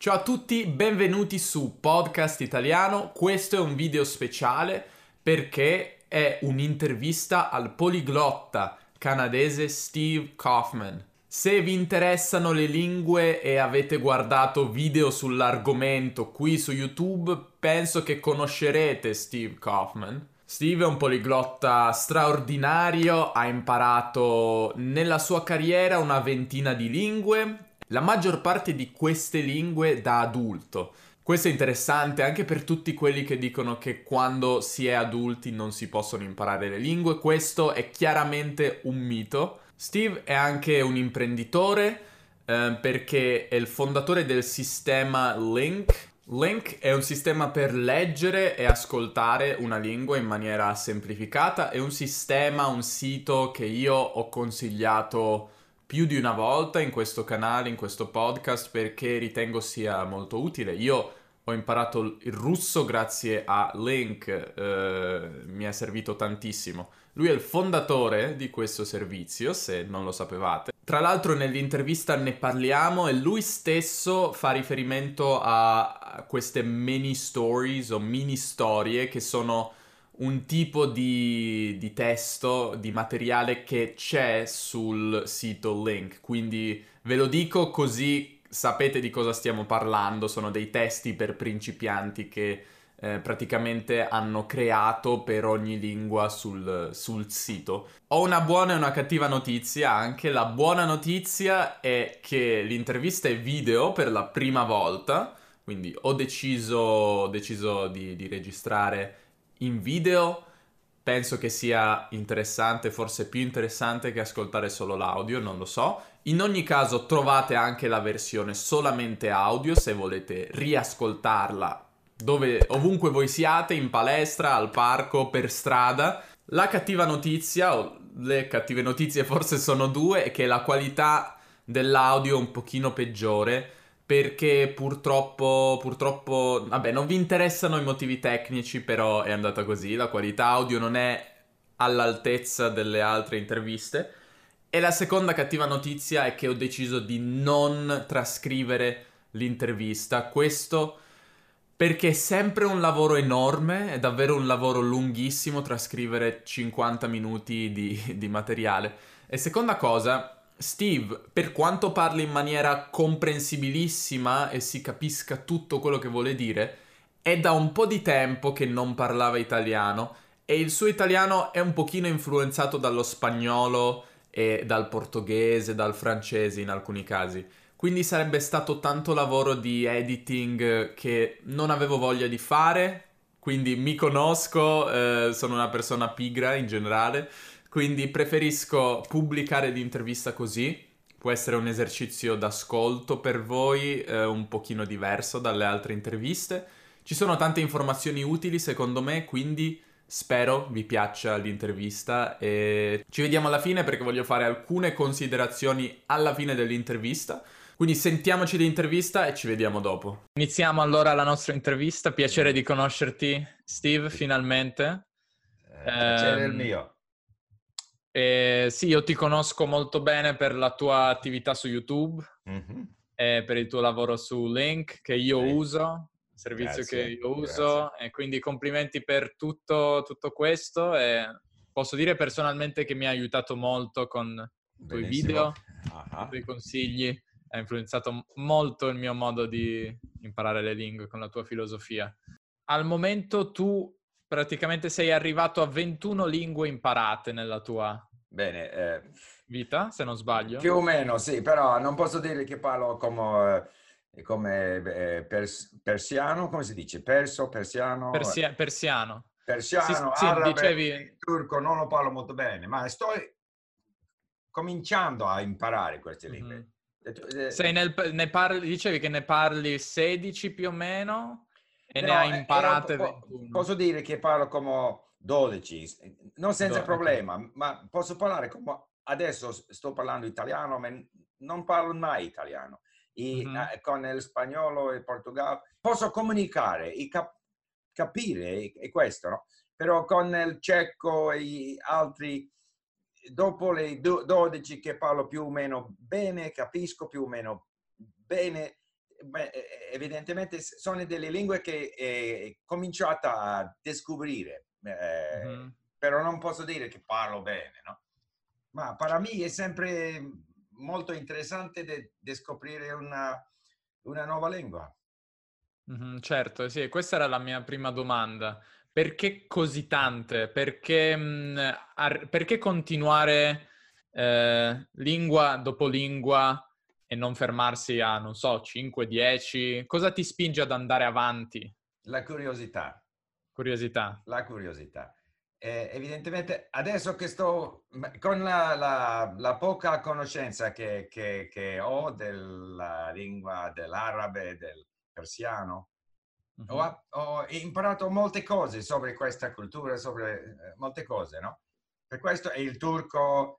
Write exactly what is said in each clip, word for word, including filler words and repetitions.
Ciao a tutti, benvenuti su Podcast Italiano. Questo è un video speciale perché è un'intervista al poliglotta canadese Steve Kaufman. Se vi interessano le lingue e avete guardato video sull'argomento qui su YouTube, penso che conoscerete Steve Kaufman. Steve è un poliglotta straordinario, ha imparato nella sua carriera una ventina di lingue, la maggior parte di queste lingue da adulto. Questo è interessante anche per tutti quelli che dicono che quando si è adulti non si possono imparare le lingue. Questo è chiaramente un mito. Steve è anche un imprenditore eh, perché è il fondatore del sistema Link. Link è un sistema per leggere e ascoltare una lingua in maniera semplificata. È un sistema, un sito che io ho consigliato più di una volta in questo canale, in questo podcast, perché ritengo sia molto utile. Io ho imparato il russo grazie a Link, eh, mi è servito tantissimo. Lui è il fondatore di questo servizio, se non lo sapevate. Tra l'altro nell'intervista ne parliamo e lui stesso fa riferimento a queste mini stories o mini storie che sono un tipo di, di testo, di materiale che c'è sul sito Link. Quindi ve lo dico così sapete di cosa stiamo parlando. Sono dei testi per principianti che eh, praticamente hanno creato per ogni lingua sul, sul sito. Ho una buona e una cattiva notizia anche. La buona notizia è che l'intervista è video per la prima volta, quindi ho deciso, ho deciso di, di registrare in video. Penso che sia interessante, forse più interessante che ascoltare solo l'audio, non lo so. In ogni caso trovate anche la versione solamente audio se volete riascoltarla dove, ovunque voi siate, in palestra, al parco, per strada. La cattiva notizia, o le cattive notizie forse sono due, è che la qualità dell'audio è un pochino peggiore perché purtroppo, purtroppo, vabbè, non vi interessano i motivi tecnici, però è andata così, la qualità audio non è all'altezza delle altre interviste. E la seconda cattiva notizia è che ho deciso di non trascrivere l'intervista, questo perché è sempre un lavoro enorme, è davvero un lavoro lunghissimo trascrivere cinquanta minuti di, di materiale. E seconda cosa, Steve, per quanto parli in maniera comprensibilissima e si capisca tutto quello che vuole dire, è da un po' di tempo che non parlava italiano e il suo italiano è un pochino influenzato dallo spagnolo e dal portoghese, dal francese in alcuni casi. Quindi sarebbe stato tanto lavoro di editing che non avevo voglia di fare, quindi mi conosco, eh, sono una persona pigra in generale, quindi preferisco pubblicare l'intervista così. Può essere un esercizio d'ascolto per voi, eh, un pochino diverso dalle altre interviste. Ci sono tante informazioni utili secondo me, quindi spero vi piaccia l'intervista e ci vediamo alla fine perché voglio fare alcune considerazioni alla fine dell'intervista. Quindi sentiamoci l'intervista e ci vediamo dopo. Iniziamo allora la nostra intervista. Piacere di conoscerti, Steve, finalmente. Eh, piacere è il Ehm, mio. eh, sì, io ti conosco molto bene per la tua attività su YouTube Mhm. e per il tuo lavoro su Link che io Sì, uso, servizio che grazie, io grazie. uso, e quindi complimenti per tutto, tutto questo. E posso dire personalmente che mi ha aiutato molto con i tuoi Benissimo. video, i Ah, tuoi consigli, ha influenzato molto il mio modo di imparare le lingue con la tua filosofia. Al momento tu praticamente sei arrivato a ventuno lingue imparate nella tua bene, eh, vita, se non sbaglio. più o meno sì, però non posso dire che parlo come, eh, come eh, pers- persiano, come si dice? Perso, persiano, Persia- persiano. Sì, persiano, sì, arabe, dicevi. turco, non lo parlo molto bene, ma sto cominciando a imparare queste Mhm. lingue. E tu- eh, Sei nel, ne parli, dicevi che ne parli sedici più o meno e ne hai No, eh, eh, po- imparate po- ventuno. posso dire che parlo come dodici, non senza Do- ok. problema, ma posso parlare come adesso s- sto parlando italiano, ma n- non parlo mai italiano. E, Mhm. eh, con il spagnolo e il portoghese posso comunicare e cap- capire, è questo, no? Però con il ceco e gli altri, dopo le do- dodici che parlo più o meno bene, capisco più o meno bene, beh, evidentemente sono delle lingue che ho cominciato a scoprire, eh, Mhm. però non posso dire che parlo bene, no? Ma per me è sempre molto interessante di scoprire una, una nuova lingua. Mhm, certo, sì, questa era la mia prima domanda. Perché così tante? Perché, mh, ar- perché continuare eh, lingua dopo lingua e non fermarsi a, non so, cinque, dieci? Cosa ti spinge ad andare avanti? La curiosità. Curiosità. La curiosità. Eh, evidentemente, adesso che sto con la, la- la poca conoscenza che, che- che ho della lingua dell'arabe e del persiano, ho, Mhm. app- ho imparato molte cose sobre questa cultura, sobre eh, molte cose, no? Per questo è il turco.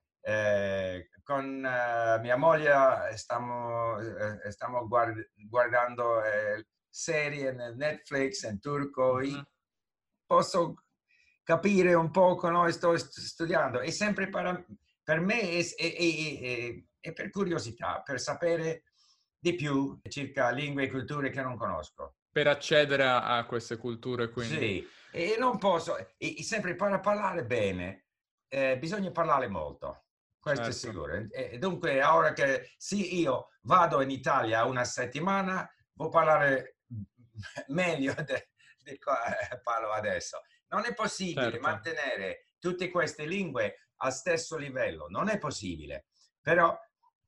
Eh, con eh, mia moglie stiamo, eh, stiamo guard- guardando eh, serie nel Netflix in turco. Mhm. Posso capire un poco, no? Sto studiando. È sempre per, per me è, è- è- è- è per curiosità, per sapere di più circa lingue e culture che non conosco. Per accedere a, a queste culture, quindi. Sì, e non posso, e, e sempre per parlare bene, eh, bisogna parlare molto, questo è Certo. sicuro. E, e dunque, ora che sì, io vado in Italia una settimana, può parlare meglio di come parlo adesso. Non è possibile Certo. mantenere tutte queste lingue al stesso livello, non è possibile. Però,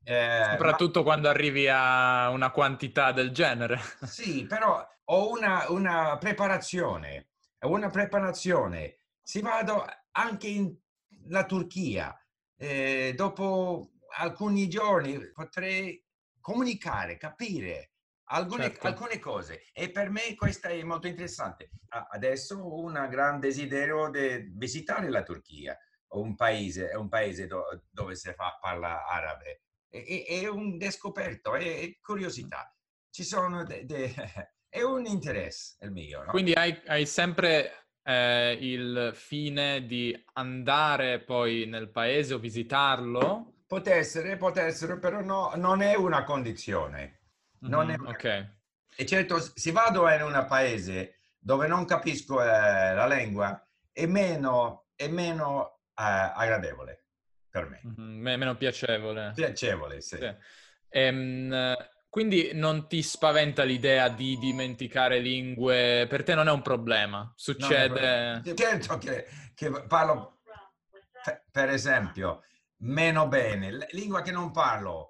eh, ma Soprattutto quando arrivi a una quantità del genere. sì, però ho una, una preparazione, una preparazione. Si vado anche in la Turchia. Eh, dopo alcuni giorni potrei comunicare, capire alcune, Certo. alcune cose e per me questo è molto interessante. Ah, adesso ho un gran desiderio di visitare la Turchia, o un paese, è un paese do- dove si fa- parla arabe. È, è- è un descoperto, è, è curiosità. Ci sono de- de- è un interesse il mio, no? Quindi hai, hai sempre eh, il fine di andare poi nel paese o visitarlo? Può essere, può essere, però no, non è una condizione. Non è Mhm, una... ok, E certo, se vado in un paese dove non capisco eh, la lingua, è meno, è meno eh, agradevole per me. mhm, me- meno piacevole. Piacevole, sì. Sì. Ehm, quindi non ti spaventa l'idea di dimenticare lingue? Per te non è un problema? Non è pro- Succede? certo che, che parlo, pe- per esempio, meno bene, la lingua che non parlo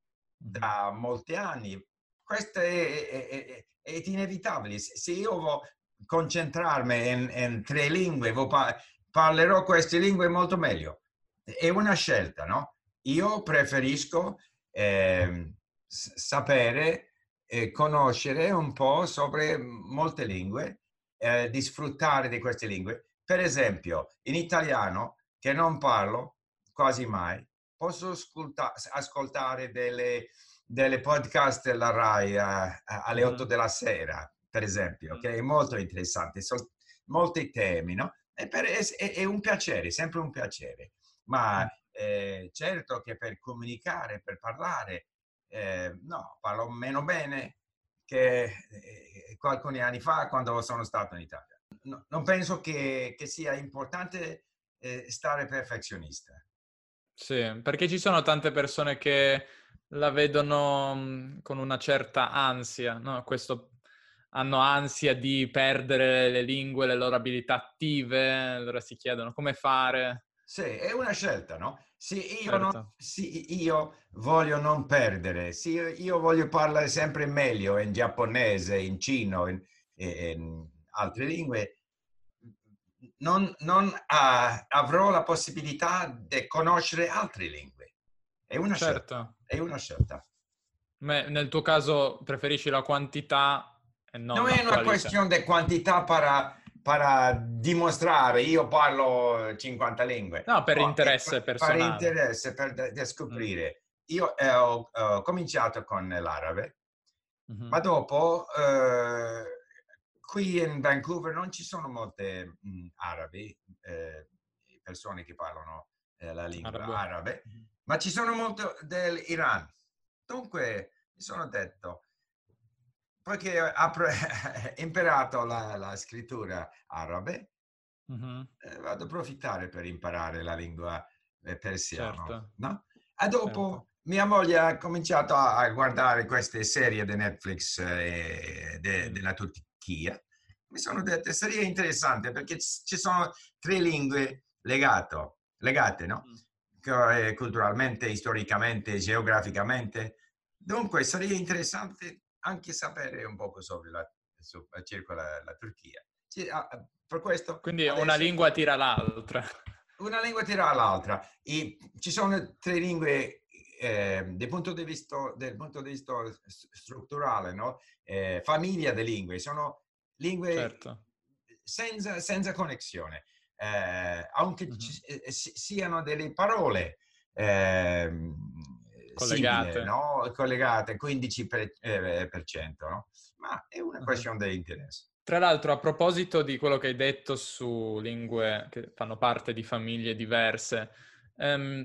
Mhm, da molti anni. Questo è, è- è- è inevitabile. Se se io voglio concentrarmi in, in tre lingue, vo pa- parlerò queste lingue molto meglio. È una scelta, no? Io preferisco ehm, s- sapere e conoscere un po' sobre molte lingue, eh, di sfruttare di queste lingue. Per esempio, in italiano, che non parlo quasi mai, posso ascolta- ascoltare delle, delle podcast della Rai eh, alle otto mhm, della sera, per esempio, mhm. che è molto interessante, sono molti temi, no? E per- è, è- è un piacere, sempre un piacere. Ma eh, certo che per comunicare, per parlare, eh, no, parlo meno bene che eh, alcuni anni fa quando sono stato in Italia. No, non penso che, che sia importante eh, stare perfezionista. Sì, perché ci sono tante persone che la vedono mh, con una certa ansia, no? Questo, hanno ansia di perdere le lingue, le loro abilità attive, allora si chiedono come fare. Sì, è una scelta, no? Se io, non, Certo. se io voglio non perdere, se io, io voglio parlare sempre meglio in giapponese, in cino, in, in altre lingue, non, non ah, avrò la possibilità di conoscere altre lingue. È una scelta, Certo. è una scelta. Me- nel tuo caso preferisci la quantità e non Non la è una qualità. questione di quantità para, para dimostrare, io parlo cinquanta lingue, No, per no, è interesse per, per personale. interesse, per de- de Mm. scoprire. Io eh, ho, ho cominciato con l'arabe, ma Mhm. dopo eh, qui in Vancouver non ci sono molte mh, arabi, eh, persone che parlano eh, la lingua Arabo. arabe, Mhm. ma ci sono molto dell'Iran. Dunque mi sono detto, perché ha imparato la, la scrittura arabe, Mhm. eh, vado a approfittare per imparare la lingua eh, persiana, Certo, no? E certo. dopo mia moglie ha cominciato a, a guardare queste serie di Netflix eh, de, Mm. della Turchia. Mi sono detto, sarebbe interessante perché ci sono tre lingue legato, legate, no? Mm. Eh, culturalmente, storicamente, geograficamente. Dunque, sarebbe interessante anche sapere un poco sobre la, su, circa la, la Turchia. Sì, ah, per questo Quindi una adesso lingua tira l'altra. una lingua tira all'altra. E ci sono tre lingue eh, dal punto di vista, del punto di vista strutturale, no? Eh, famiglia di lingue, sono lingue Certo. senza, senza connessione, eh, anche ci, Mhm. eh, siano delle parole eh, simili, Collegate. no? Collegate quindici per cento, no? Ma è una Mhm. questione di interesse. Tra l'altro, a proposito di quello che hai detto su lingue che fanno parte di famiglie diverse, ehm,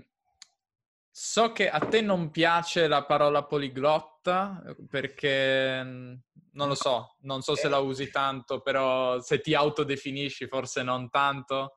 so che a te non piace la parola poliglotta perché, mm, non lo No, so, non so se la è, usi tanto, però se ti autodefinisci forse non tanto.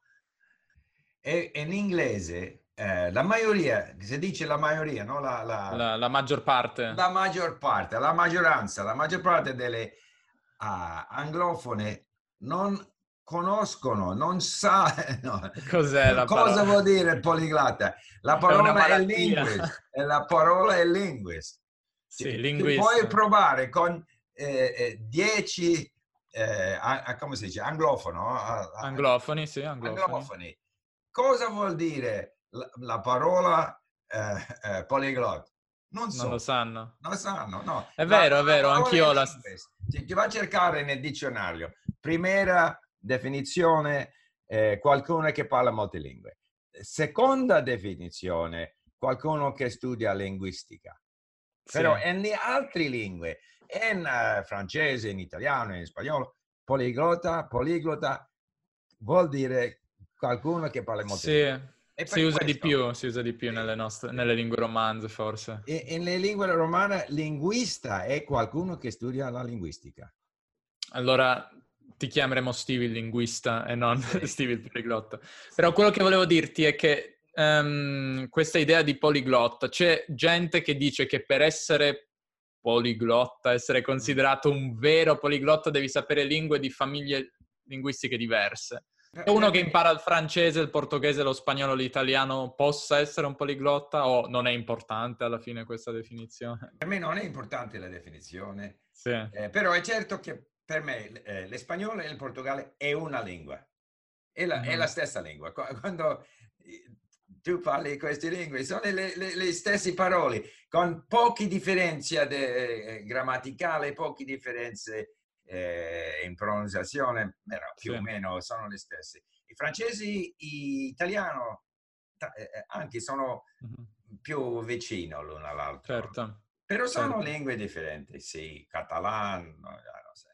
E in inglese eh, la maggioria, si dice la maggioria, no? La, la, La, la maggior parte. la maggior parte, la maggioranza, la maggior parte delle ah, anglofone non conoscono, non sa no, Cos'è la cosa parola? vuol dire il poliglotta. La È una parola è malattia. linguist, e la parola è linguist. Sì, Tu puoi linguista. provare con eh, eh, dieci, eh, a, a, come si dice, anglofono, a, a, Anglofoni, sì, anglofoni. anglofoni. Cosa vuol dire la, la parola eh, eh, polyglot? Non Non lo so, sanno. non sanno, no. È La, vero, è la vero, parola è anch'io la... linguist. Ti, ti va a cercare nel dizionario. Primera definizione, eh, qualcuno che parla molte lingue. Seconda definizione, qualcuno che studia linguistica. Sì. Però nelle altre lingue, in uh, francese, in italiano, in spagnolo, poliglota, poliglota vuol dire qualcuno che parla molte Sì, lingue. E si per usa di questo, più, si usa di più nelle sì, nostre, sì. nelle lingue romanze, forse. E, e nelle lingue romane, linguista è qualcuno che studia la linguistica. Allora ti chiameremo Steve il linguista e non Sì, Steve il poliglotta. Però sì. quello che volevo dirti è che ehm, questa idea di poliglotta, c'è gente che dice che per essere poliglotta, essere Mm. considerato un vero poliglotta, devi sapere lingue di famiglie linguistiche diverse. Per, E uno per che me, impara il francese, il portoghese, lo spagnolo, l'italiano possa essere un poliglotta o non è importante alla fine questa definizione? per me non è importante la definizione, Sì. eh, però è certo che per me eh, l'espagnolo e il portoghese è una lingua. È la, è la Mhm. stessa lingua. Quando tu parli queste lingue, sono le, le, le stesse parole, con poche differenze de, eh, grammaticali, poche differenze eh, in pronunciazione, però più Sì. o meno sono le stesse. I francesi, italiano, eh, anche sono Mhm. più vicino l'uno all'altro, Certo, però sono certo, lingue differenti, sì, catalano, non so,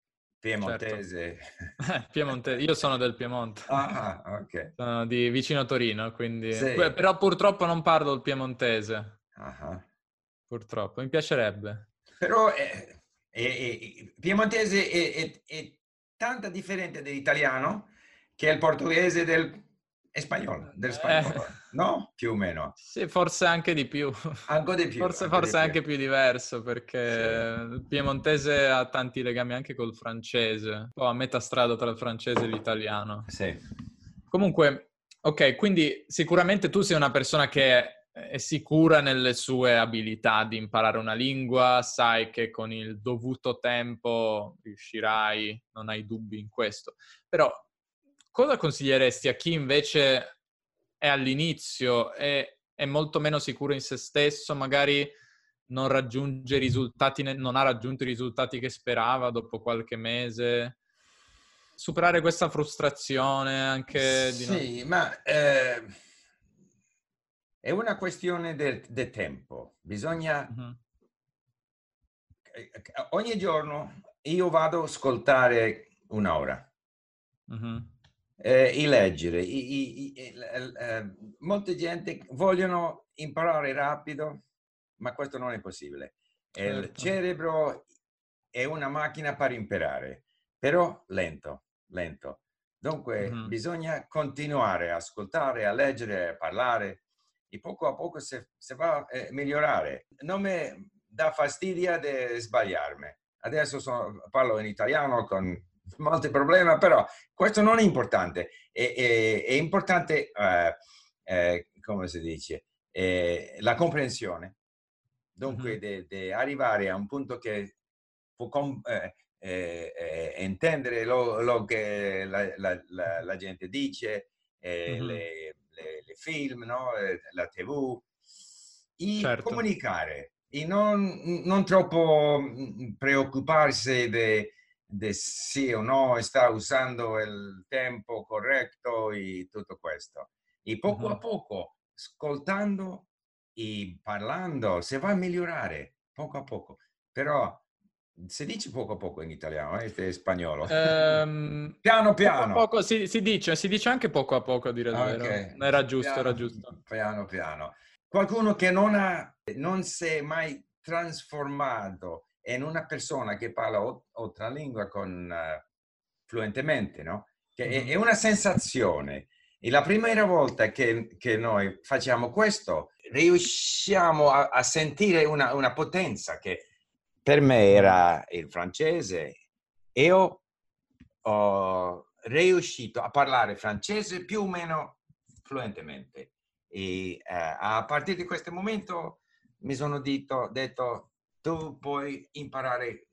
certo. piemontese. Piemonte, io sono del Piemonte, Ah, ah, ok. sono di vicino Torino, quindi... Sì. Però purtroppo non parlo il piemontese, Ah, ah. purtroppo. Mi piacerebbe. Però eh, eh, eh, piemontese è, è, è tanto differente dall'italiano che il portoghese del e spagnolo, del Eh, spagnolo, no? Più o meno. sì, forse anche di più. Anche di più, Forse, anche di forse più. anche più diverso, perché Sì, il piemontese ha tanti legami anche col francese, o a metà strada tra il francese e l'italiano. sì. Comunque, ok, quindi sicuramente tu sei una persona che è sicura nelle sue abilità di imparare una lingua, sai che con il dovuto tempo riuscirai, non hai dubbi in questo. Però cosa consiglieresti a chi invece è all'inizio e è molto meno sicuro in se stesso, magari non raggiunge i risultati, non ha raggiunto i risultati che sperava dopo qualche mese? Superare questa frustrazione anche di non... Sì, ma eh, è una questione del, del tempo. Bisogna Mhm, eh, ogni giorno io vado a ascoltare un'ora. mhm. Eh, i leggere, i, i, i, eh, molte gente vogliono imparare rapido, ma questo non è possibile. Il Certo. cerebro è una macchina per imparare, però lento, lento. Dunque Mhm. bisogna continuare a ascoltare, a leggere, a parlare e poco a poco si, si va a eh, migliorare. Non mi dà fastidio di sbagliarmi. Adesso sono, parlo in italiano con molti problemi, però questo non è importante. È, è, è importante, eh, eh, come si dice, eh, la comprensione. Dunque, Mhm. di arrivare a un punto che può com- eh, eh, eh, intendere lo, lo che la, la, la, la gente dice, eh, Mhm. le, le, le film, no? Eh, la tivù, e Certo. comunicare, e non, non troppo mm, preoccuparsi di sì o no, sta usando il tempo corretto e tutto questo. E poco a Mhm. poco, ascoltando e parlando, si va a migliorare, poco a poco. Però si dice poco a poco in italiano, eh, in spagnolo. Ehm, Piano poco a piano. poco si, si dice, si dice anche poco a poco, a dire il vero. Ok, Era giusto, era piano giusto. piano piano. Qualcuno che non ha, non si è mai trasformato in una persona che parla altra lingua con, uh, fluentemente, no? Che è, è Mhm. una sensazione. E la prima volta che, che noi facciamo questo, riusciamo a, a sentire una, una potenza che per me Mhm. era il francese. Io ho riuscito a parlare francese più o meno fluentemente e eh, a partire di questo momento mi sono dito, detto tu puoi imparare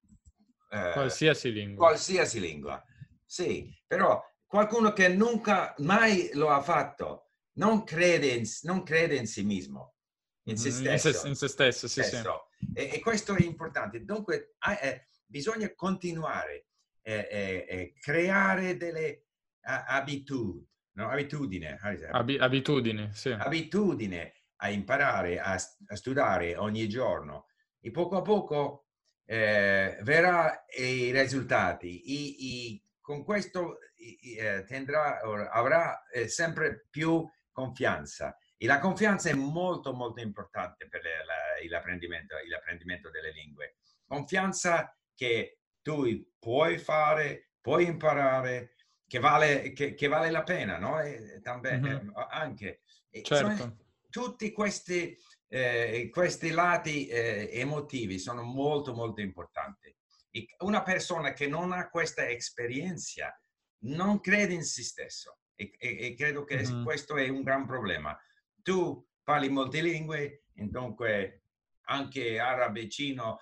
eh, Qualsiasi lingua. qualsiasi lingua. Sì, però qualcuno che nunca mai lo ha fatto non crede in, non crede in sé mismo, in se Mhm. In se, stesso. in se stesso, sì, sì. stesso. E, e questo è importante. Dunque eh, bisogna continuare eh, eh, eh, creare delle a, abitudini, no? Abitudine, Abi- abitudini, sì. abitudine a imparare a, a studiare ogni giorno e poco a poco eh, verrà i risultati e, e con questo eh, tendrà, avrà eh, sempre più confianza e la confianza è molto molto importante per la, l'apprendimento, l'apprendimento delle lingue. Confianza che tu puoi fare, puoi imparare, che vale, che, che vale la pena, no? E, tambe, eh, Mhm. anche e sono, Certo. tutti questi, eh, questi lati eh, emotivi sono molto molto importanti. E una persona che non ha questa esperienza non crede in se stesso e, e, e credo che Mhm. questo è un gran problema. Tu parli molte lingue, dunque anche arabe, cino,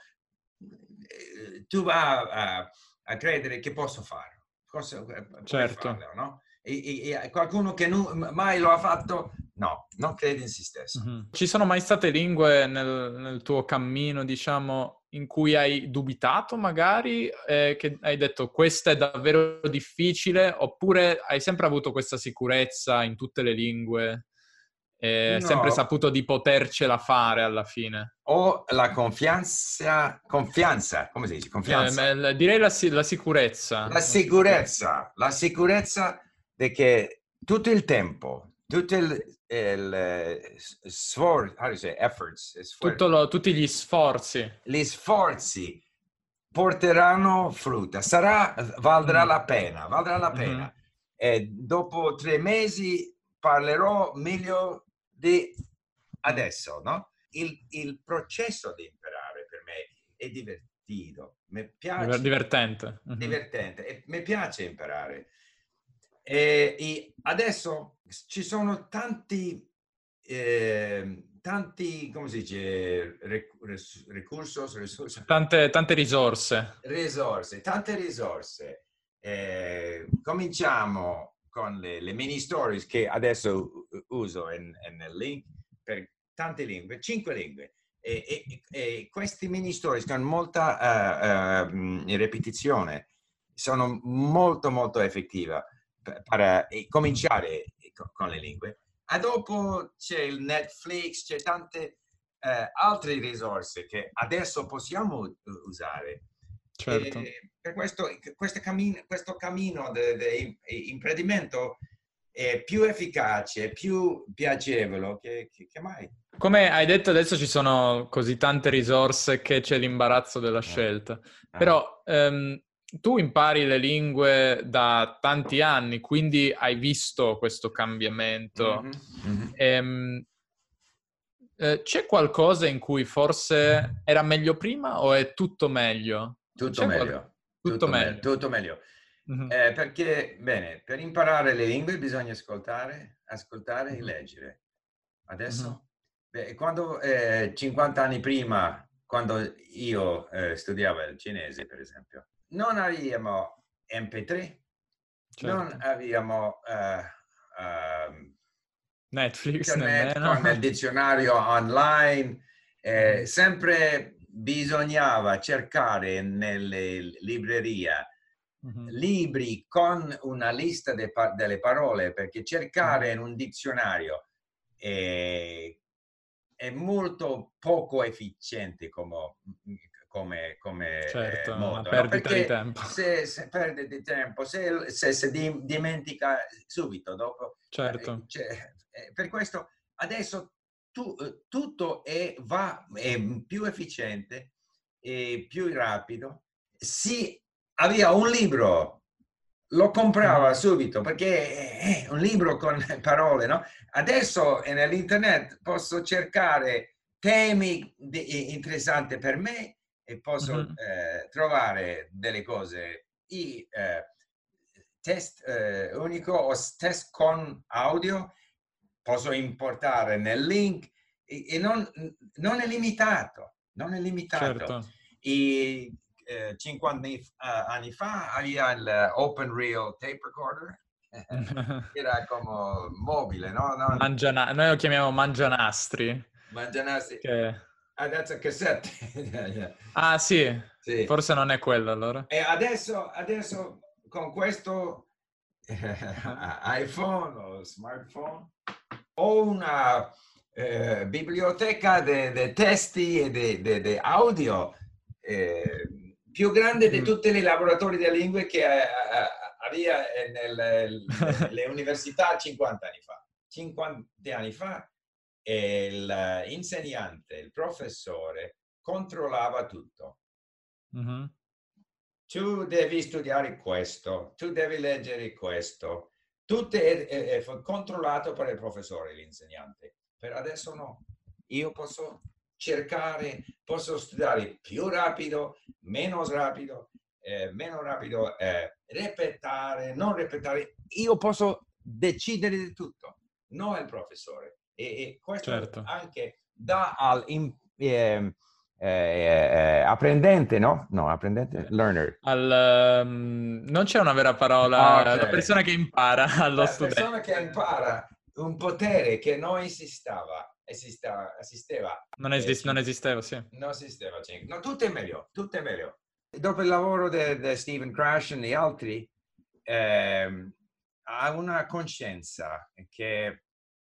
eh, tu vai a, a credere che posso farlo, cosa, puoi Certo. farlo, no? E, e, e qualcuno che non, mai lo ha fatto, no, non crede in se stesso. Mhm. Ci sono mai state lingue nel, nel tuo cammino, diciamo, in cui hai dubitato magari, eh, che hai detto questa è davvero difficile, oppure hai sempre avuto questa sicurezza in tutte le lingue e sempre No, saputo di potercela fare alla fine? ho la confianza, confianza, come si dice? Eh, Confianza. me- direi la, si- la La sicurezza, la sicurezza. sicurezza, la sicurezza di che tutto il tempo, tutto il, il sforzo, how do you say, efforts, sfor- Tutto lo- tutti gli sforzi. gli sforzi porteranno frutta, sarà, valdrà Mm. la pena, valdrà la Mhm. pena. E dopo tre mesi parlerò meglio di Mhm. adesso, no? Il, il processo di imparare per me è divertito, mi Diver- piace, Divertente. Mhm. divertente, e mi piace imparare. E, e adesso ci sono tanti, eh, tanti, come si dice, recursi, risorse, Tante, tante risorse. risorse, tante risorse. Eh, cominciamo con le, le mini stories che adesso uso in, nel link per tante lingue, cinque lingue. E, e, e questi mini stories con molta uh, uh, ripetizione sono molto molto effettive per, per cominciare con le lingue. E dopo c'è il Netflix, c'è tante uh, altre risorse che adesso possiamo usare. Certo. E per questo, questo cammino, questo cammino di imprendimento è più efficace, più piacevole che, che, che mai. Come hai detto, adesso ci sono così tante risorse che c'è l'imbarazzo della scelta. Ah. Però ehm, tu impari le lingue da tanti anni, quindi hai visto questo cambiamento. Mm-hmm. Mm-hmm. Ehm, eh, c'è qualcosa in cui forse era meglio prima o è tutto meglio? Tutto C'è qual- meglio, tutto tutto meglio, meglio. tutto meglio. Mhm, Eh, perché, bene, per imparare le lingue bisogna ascoltare, ascoltare e mhm, leggere. mhm, Adesso, beh, quando eh, cinquanta anni prima, quando io eh, studiavo il cinese, per esempio, non avevamo M P tre, non certo. avevamo eh, ehm, Netflix internet con il nemmeno. dizionario online, eh, Mhm, sempre bisognava cercare nelle librerie mhm, libri con una lista de pa- delle parole, perché cercare mhm. in un dizionario è, è molto poco efficiente come, come, come Certo, eh, una modo, no? perdita di Perché tempo. se, se perde di tempo, se, se si di- dimentica subito dopo, eh, Certo. cioè, eh, per questo adesso tu, eh, tutto è, va, è più efficiente e più rapido. Si aveva un libro, lo comprava Mhm, subito perché è un libro con parole, no? Adesso nell'internet posso cercare temi di, interessanti per me e posso mhm. eh, trovare delle cose, i eh, test eh, unico o test con audio, posso importare nel link e, e non, non, è limitato, non è limitato. Certo. E, eh, cinquanta anni fa aveva l'Open Reel Tape Recorder, era come mobile, no? Non, Mangiana- Noi lo chiamiamo mangianastri. mangianassi. Che... Adesso cassette. Ah sì, Sì. forse non è quello allora. E adesso, adesso con questo iPhone o smartphone ho una eh, biblioteca di testi e di audio eh, più grande di Mm. tutti i laboratori di lingue che eh, aveva nelle università cinquanta anni fa. cinquanta anni fa l'insegnante, il professore controllava tutto. Mm-hmm. Tu devi studiare questo, tu devi leggere questo. Tutto è, è, è controllato per il professore, l'insegnante. Per adesso no. Io posso cercare, posso studiare più rapido, meno rapido, eh, meno rapido, eh, ripetere, non ripetere. Io posso decidere di tutto, non il professore. E, e questo Certo. anche dà al... Eh, eh, eh, apprendente, no? No, apprendente, learner. Al, um, non c'è una vera Ah, parola, ok. la persona che impara allo La persona che studente. impara un potere che non esisteva, esisteva, esisteva Non, eh, esist- non cin- esisteva, sì. non esisteva. cin- No, tutto è meglio, tutto è meglio. Dopo il lavoro di Stephen Krashen e altri, ehm, ha una coscienza che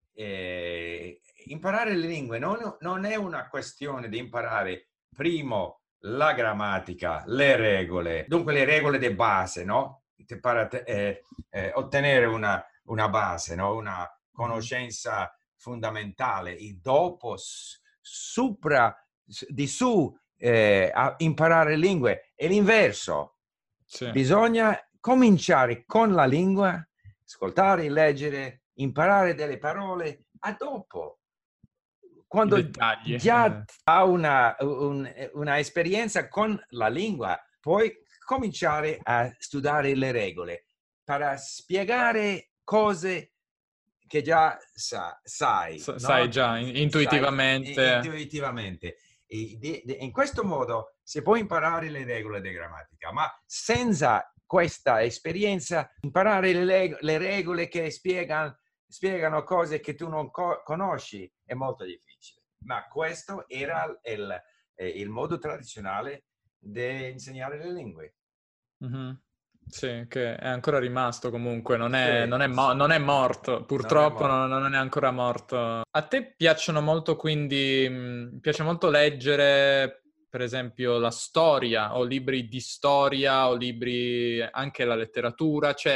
eh, imparare le lingue non, non è una questione di imparare primo la grammatica, le regole, dunque le regole di base, no? Per eh, eh, ottenere una, una base, no? Una Mhm. conoscenza fondamentale e dopo sopra di su eh, a imparare lingue e l'inverso. Sì. Bisogna cominciare con la lingua, ascoltare, leggere, imparare delle parole, a dopo, I quando dettagli. già ha una, un, una esperienza con la lingua, puoi cominciare a studiare le regole per spiegare cose che già sa, sai, S- sai no? già, in- Sai intuitivamente. intuitivamente. E di, di, in questo modo si può imparare le regole di grammatica, ma senza questa esperienza, imparare le, le regole che spiegano, spiegano cose che tu non co- conosci è molto difficile. Ma questo era il, eh, il modo tradizionale di insegnare le lingue. Mhm. Sì, che è ancora rimasto comunque, non è, Sì, non è mo- sì. non è morto, Non è purtroppo morto. non, non è ancora morto. A te piacciono molto quindi, mh, piace molto leggere per esempio la storia o libri di storia o libri, anche la letteratura, cioè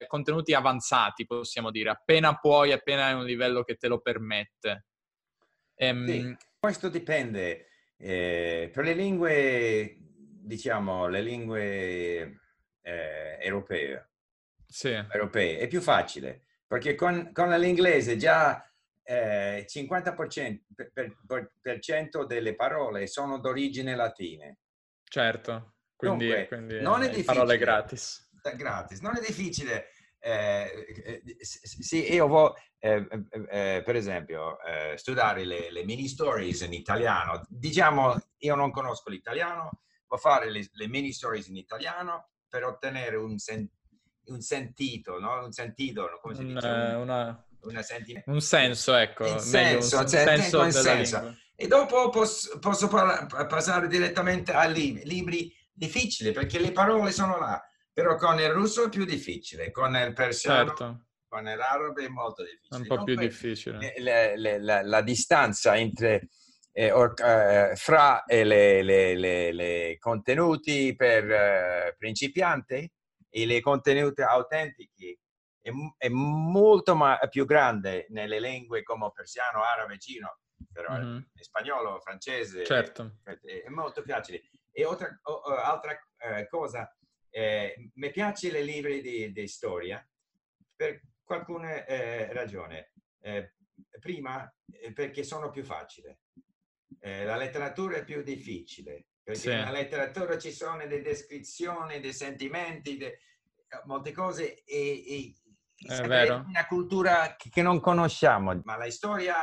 contenuti avanzati, possiamo dire, appena puoi, appena hai un livello che te lo permette. Ehm, Sì, questo dipende. Eh, per le lingue, diciamo, le lingue eh, europee, sì, europee, è più facile, perché con, con l'inglese già eh, cinquanta per cento, per, per- per cento delle parole sono d'origine latine. certo, quindi, Dunque, quindi non è hai parole difficile, gratis. eh, gratis, non è difficile. Eh, eh, s- sì, io vo, eh, eh, eh, per esempio, eh, studiare le, le mini stories in italiano. Diciamo, io non conosco l'italiano, può fare le, le mini stories in italiano per ottenere un, sen, un sentito, no? Un sentito, come si Un, dice? eh, Un, una, una sentime- un un, senso, il ecco, meglio un, senso, un cioè, tengo senso il della senso. lingua. E dopo posso, posso par- passare direttamente a libri, libri difficili, perché le parole sono là. Però con il russo è più difficile, con il persiano, Certo, con l'arabo è molto è un difficile. po' più Dunque, difficile. le- le- la, la distanza entre, eh, or- eh, fra eh, le, le, le, le contenuti per eh, principianti e le contenuti autentici è, è molto ma- più grande nelle lingue come persiano, arabo, cino, però Mhm, in spagnolo, francese, certo. è molto facile. E altra, altra eh, cosa, eh, mi piacciono i libri di, di storia per qualcuna eh, ragione. Eh, prima, eh, perché sono più facili. Eh, la letteratura è più difficile, perché Sì, nella letteratura ci sono delle descrizioni, dei sentimenti, de, molte cose e, e è è vero. una cultura che, che non conosciamo, ma la storia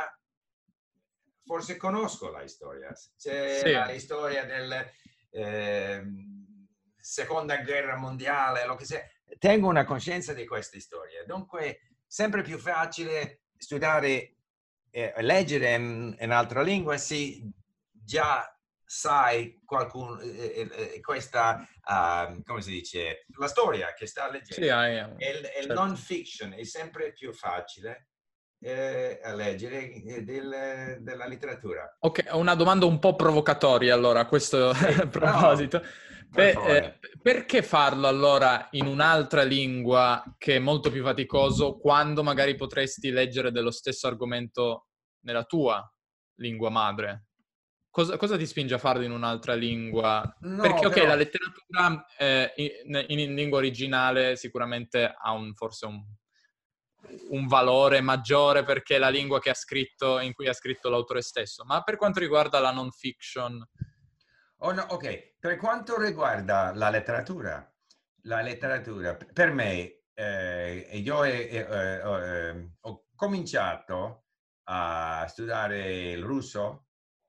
forse conosco la storia. C'è Sì, la storia della eh, seconda guerra mondiale, lo che sia. Tengo una coscienza di queste storie. Dunque, è sempre più facile studiare, eh, leggere in, in altra lingua se già sai qualcuno, eh, eh, questa, uh, come si dice, la storia che sta sì, leggendo. hai, E il, il non certo. fiction è sempre più facile eh, a leggere eh, del, della letteratura. Ok, ho una domanda un po' provocatoria allora a questo Sì, no, proposito. per Beh, eh, favore. perché farlo allora in un'altra lingua che è molto più faticoso quando magari potresti leggere dello stesso argomento nella tua lingua madre? Cosa, cosa ti spinge a farlo in un'altra lingua? No, Perché, ok, la però letteratura eh, in, in lingua originale sicuramente ha un, forse un, un valore maggiore perché è la lingua che ha scritto, in cui ha scritto l'autore stesso, ma per quanto riguarda la non fiction, oh, no, ok, per quanto riguarda la letteratura, la letteratura per me, eh, io eh, eh, eh, ho cominciato a studiare il russo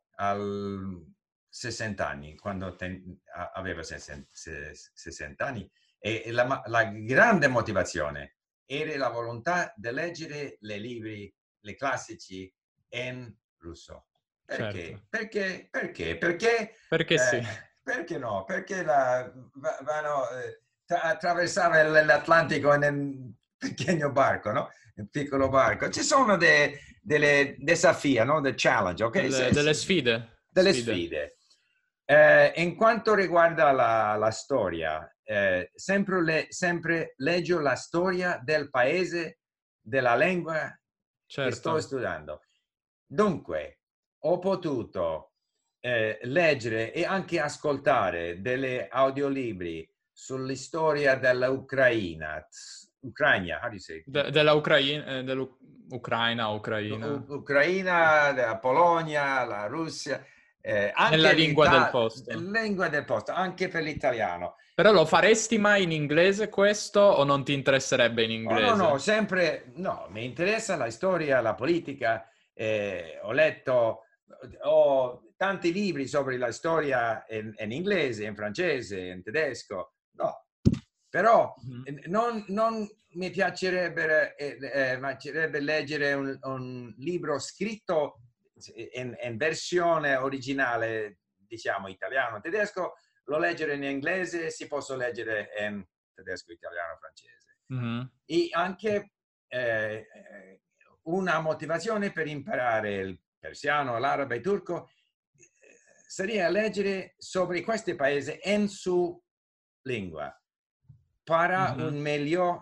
al sessanta anni, quando ten, avevo sessanta anni, e la, la grande motivazione era la volontà di leggere i libri, le classici in russo. certo, Perché? Perché? Perché? Perché? perché sì, Eh, perché no? Perché la, vanno eh, tra, attraversare l'Atlantico in un pequeño barco, no? Un piccolo barco. Ci sono dei delle desafio, no? The challenge, ok? delle, Se, delle se, sfide, delle sfide, sfide. Eh, in quanto riguarda la, la storia, eh, sempre, le, sempre leggo la storia del paese, della lingua che sto certo, studiando. Dunque, ho potuto eh, leggere e anche ascoltare delle audiolibri sulla storia dell'Ucraina. Ucraina, how do you say? De- della Ucraina, eh, dell'Ucraina, U- Ucraina, Ucraina, la Polonia, la Russia, eh, nella anche lingua del l'Italia, posto. lingua del posto, anche per l'italiano. Però lo faresti mai in inglese questo o non ti interesserebbe in Oh, no, no, inglese? sempre, no, mi interessa la storia, la politica, eh, ho letto, ho tanti libri sobre la storia in, in inglese, in francese, in tedesco, no, però Mhm. eh, non, non mi piacerebbe, eh, eh, piacerebbe leggere un, un libro scritto in, in versione originale, diciamo italiano, tedesco, lo leggere in inglese, si posso leggere in tedesco, italiano, francese. Mhm. E anche eh, una motivazione per imparare il persiano, l'arabo e il turco eh, sarebbe leggere sobre questi paesi in su lingua para Mhm. un meglio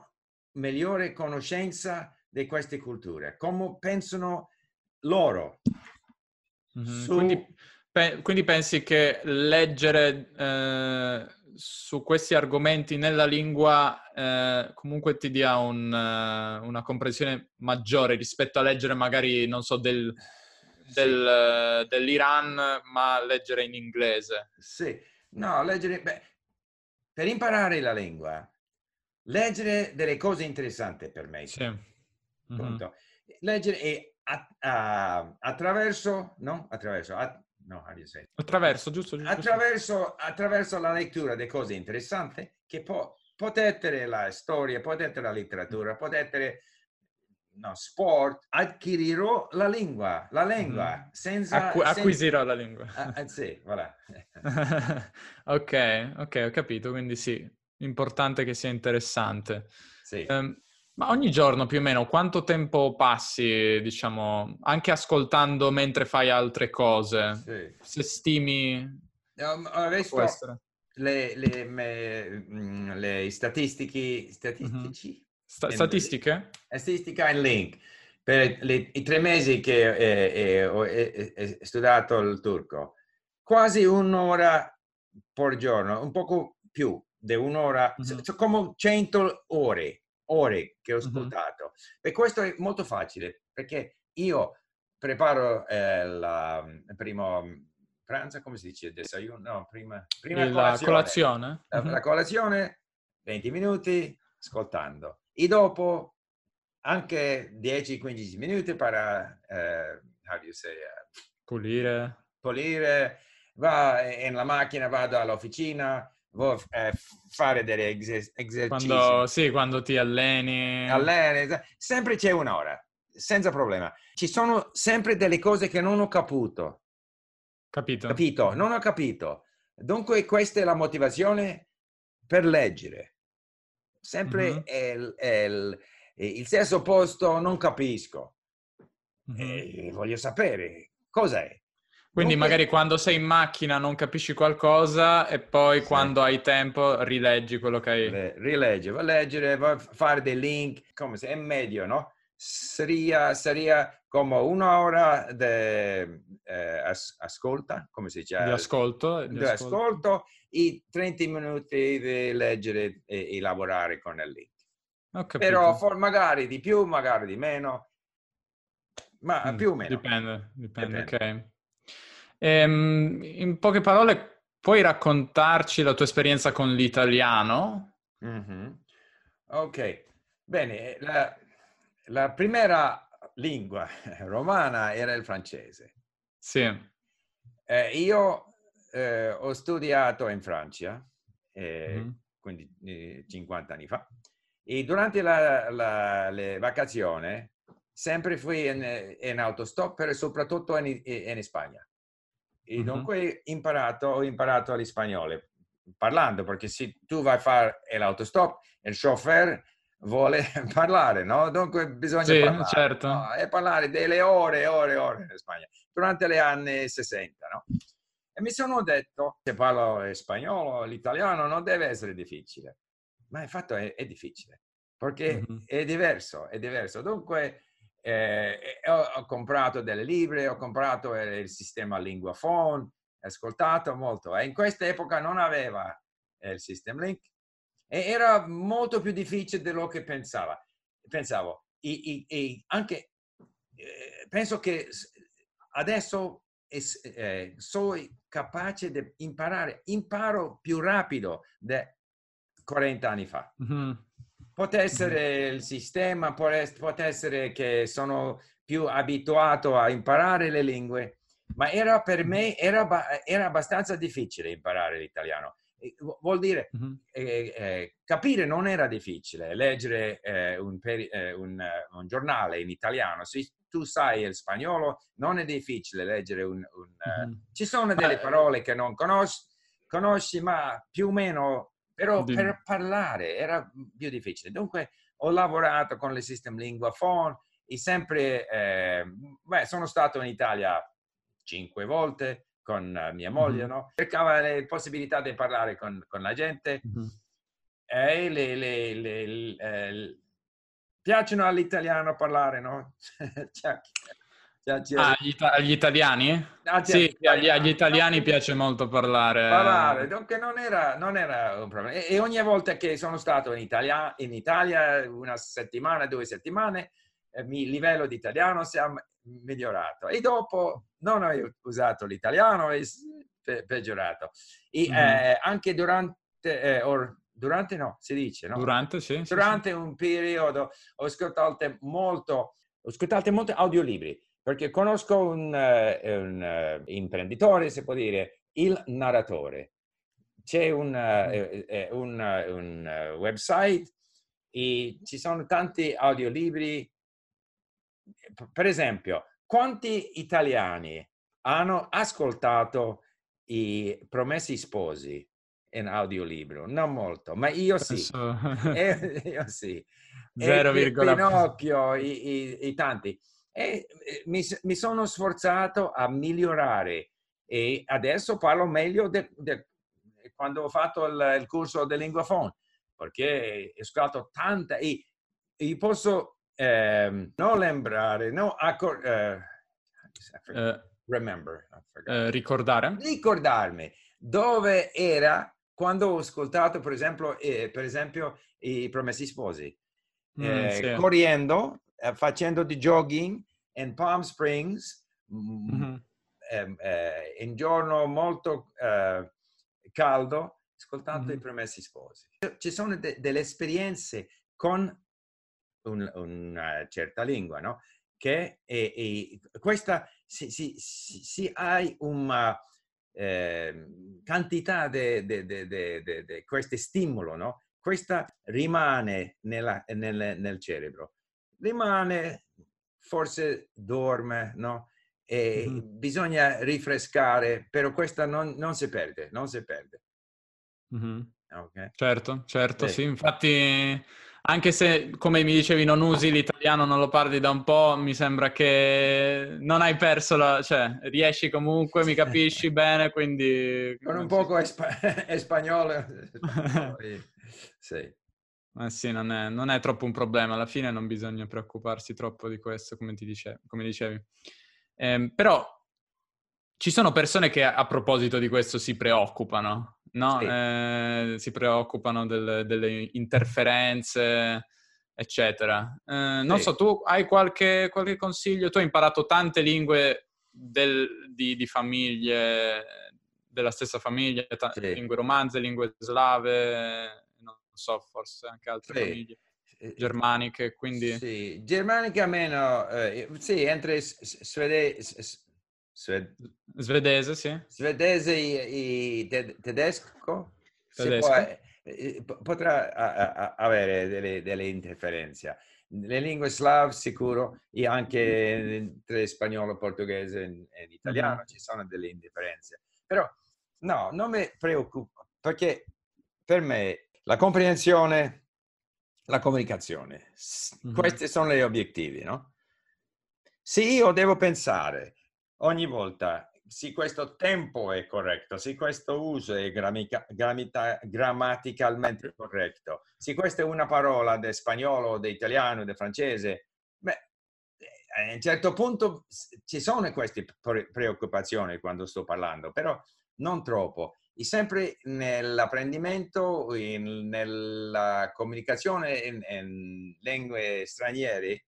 migliore conoscenza di queste culture, come pensano loro. Mhm. Su... Quindi, pe- quindi pensi che leggere eh, su questi argomenti nella lingua eh, comunque ti dia un, eh, una comprensione maggiore rispetto a leggere magari, non so, del, Sì, del, eh, dell'Iran, ma leggere in inglese? sì. No, leggere... Beh, per imparare la lingua, leggere delle cose interessanti per me, Sì. Mhm. punto. Leggere e a- a- attraverso, no? Attraverso, a- no, how do you say? Attraverso, giusto, giusto, giusto. Attraverso, attraverso la lettura di cose interessanti, che può, può essere la storia, può essere la letteratura, può essere no, sport, acquirirò la lingua, la lingua, Mhm. senza... Acqu- senza acquisirò la lingua. ah, ah, sì, voilà. Ok, ok, ho capito, quindi sì, importante che sia interessante. Sì, Ehm, ma ogni giorno più o meno quanto tempo passi, diciamo, anche ascoltando mentre fai altre cose? sì. Se stimi, Um, ho quanto può visto essere? le, le, me- mm, le statistiche, Mhm. statistici? Sta- In link? statistiche? Statistica in link. Per le- i tre mesi che eh, eh, ho eh, eh, studiato il turco, quasi un'ora per giorno, un poco più di un'ora, Mhm, so- come cento ore, ore che ho mhm. ascoltato. E questo è molto facile, perché io preparo eh, la, il primo pranzo, come si dice, desayuno? No, prima, prima Il- La colazione. colazione? La, la Mhm. colazione, venti minuti, ascoltando. E dopo anche dieci quindici minuti per, eh, how do you say, eh, Pulire. pulire, va in la macchina, vado all'officina, vado a eh, fare degli eser- esercizi. Quando, sì, quando ti alleni, All'aereo, sempre c'è un'ora, senza problema. Ci sono sempre delle cose che non ho capito, capito? capito? Mhm, Non ho capito. Dunque questa è la motivazione per leggere. Sempre mhm, è il, è il, è il stesso posto, non capisco. mhm. E voglio sapere cos'è. Quindi magari Dunque, quando sei in macchina non capisci qualcosa e poi sì, quando hai tempo rileggi quello che hai... le, rilegge, va a leggere, va a fare dei link, come se è meglio, no? Sarebbe, sarebbe come un'ora di eh, as, ascolta, come si di dice, ascolto, di di ascolto. ascolto e trenta minuti di leggere e, e lavorare con il link. Ho Però capito. for, magari di più, magari di meno, ma Mm, più o meno, dipende, dipende, dipende. ok. Ehm, in poche parole, puoi raccontarci la tua esperienza con l'italiano? Mhm. Ok, bene, la, la prima lingua romana era il francese. Sì. Eh, io eh, ho studiato in Francia, eh, Mhm, quindi eh, cinquanta anni fa, e durante la, la, le vacazioni sempre fui in, in autostop, e soprattutto in, in Spagna. E mhm. dunque imparato, ho imparato l'espagnolo parlando, perché se tu vai a fare l'autostop, il chauffeur vuole parlare, no? Dunque bisogna Sì, parlare, certo. no? E parlare delle ore e ore e ore in Spagna, durante gli anni sessanta, no? E mi sono detto, se parlo spagnolo, l'italiano non deve essere difficile, ma infatti è, è difficile, perché Mhm, è diverso, è diverso. Dunque eh, ho, ho, comprato delle libri, ho comprato il sistema LinguaPhone, ho ascoltato molto. E in questa epoca non aveva il System Link e era molto più difficile di quello che pensava. Pensavo. E, e, e anche eh, penso che adesso eh, sono capace di imparare, imparo più rapido di quaranta anni fa. mhm, Può mhm, essere il sistema, può, es- può essere che sono più abituato a imparare le lingue, ma era per me era, ba- era abbastanza difficile imparare l'italiano. E vu- Vuol dire mhm. eh, eh, capire non era difficile, leggere eh, un, peri- eh, un, eh, un giornale in italiano, se tu sai il spagnolo non è difficile leggere un... un, eh, Mhm. ci sono Ma, delle parole che non conosci, conosci, ma più o meno, però di- per parlare era più difficile. Dunque ho lavorato con il System LinguaPhone e sempre, eh, beh, sono stato in Italia cinque volte con uh, mia moglie, mhm, no? Cercava le possibilità di parlare con, con la gente mhm. e le, le, le, le, piacciono all'italiano parlare, no? C'è- c'è- c'è- Ah, agli, ita- agli italiani? ah, c'è- Sì, sì, agli, agli italiani piace molto parlare, parlare. dunque non era, non era un problema. E, e ogni volta che sono stato in Italia, in Italia una settimana, due settimane, eh, il livello di italiano si è migliorato. E dopo non ho usato l'italiano e si è peggiorato. E, Mhm. eh, anche durante, eh, or, durante no, si dice, no? Durante, sì, sì, sì. Durante un periodo ho ascoltato molto, ho ascoltato molto audiolibri, perché conosco un, eh, un eh, imprenditore, si può dire, il narratore. C'è un, eh, eh, un, eh, un eh, website e ci sono tanti audiolibri. P- Per esempio, quanti italiani hanno ascoltato i Promessi Sposi in audiolibrio? Non molto, ma io sì. Penso E, io sì. E zero Pi- virgola. Pinocchio, i, i- i tanti. E eh, mi, mi sono sforzato a migliorare e adesso parlo meglio de- de- quando ho fatto il, il corso di LinguaPhone, perché ho ascoltato tanta e, e posso ehm, non lembrare, no, accor- eh, Eh, remember, I forgot. eh, ricordare? Ricordarmi dove era quando ho ascoltato, per esempio, eh, per esempio i Promessi Sposi, Mm, eh, sì. correndo, eh, facendo di jogging in Palm Springs, mm, Mhm. ehm, eh, in giorno molto eh, caldo, ascoltato i Mhm. Promessi Sposi. Ci sono de- delle esperienze con un- una certa lingua, no? Che è, è- questa si, si, si, si hai una eh, quantità di questo stimolo, no? Questa rimane nella, nel, nel cerebro, rimane, forse dorme, no? E Mhm. bisogna rinfrescare, però questa non, non si perde, non si perde. Mhm. Ok? Certo, certo, Sì. sì, infatti anche se come mi dicevi non usi l'italiano, non lo parli da un po', mi sembra che non hai perso la, cioè riesci comunque, mi capisci bene, quindi Con un eh, sì. poco è, spa- è spagnolo, spagnolo, eh, sì. Eh sì, non è, non è troppo un problema, alla fine non bisogna preoccuparsi troppo di questo, come ti dice- come dicevi. Ehm, però ci sono persone che a proposito di questo si preoccupano, no? Sì, Eh, si preoccupano del- delle interferenze, eccetera. Eh, non sì, so, tu hai qualche, qualche consiglio? Tu hai imparato tante lingue del- di, di famiglie, della stessa famiglia, ta- sì, lingue romanze, lingue slave, non so, forse anche altre sì. famiglie Eh, eh, germaniche, quindi sì, germanica meno, eh, sì, entre s- s- svede- s- sved- svedese, sì, svedese e, e te- tedesco si può, tedesco. eh, eh, po- potrà a- a- a- avere delle, delle interferenze. Le lingue slave sicuro e anche tra spagnolo, portoghese e, e italiano Mhm. ci sono delle interferenze. Però no, non mi preoccupo perché per me la comprensione, la comunicazione, s- Mhm. questi sono gli obiettivi, no? Se io devo pensare ogni volta se questo tempo è corretto, se questo uso è grammica- grammita- grammaticalmente corretto, se questa è una parola di spagnolo, di italiano, di francese, beh, a un certo punto ci sono queste pre- preoccupazioni quando sto parlando, però non troppo. E sempre nell'apprendimento, in- nella comunicazione in, in lingue straniere,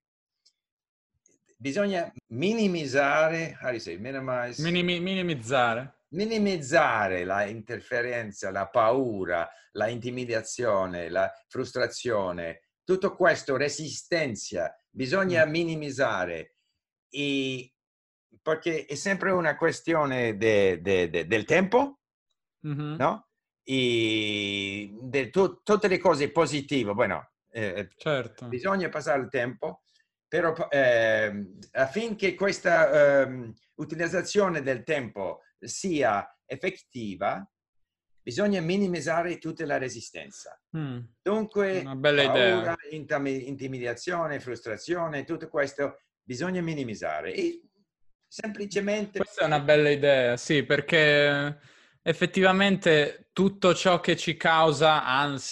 bisogna minimizzare, how do you say, minimize? Minimi- minimizzare. Minimizzare la interferenza, la paura, la intimidazione, la frustrazione, tutto questo, resistenza, Mm. bisogna minimizzare. E, perché è sempre una questione de, de, de, del tempo, Mhm. no? E de tu, tutte le cose positive, bueno, eh, Certo. bisogna passare il tempo, però eh, affinché questa eh, utilizzazione del tempo sia effettiva, bisogna minimizzare tutta la resistenza. Mm. Dunque, Una bella paura, idea. intimidazione, frustrazione, tutto questo bisogna minimizzare e semplicemente Questa è una bella idea, sì, perché effettivamente tutto ciò che ci causa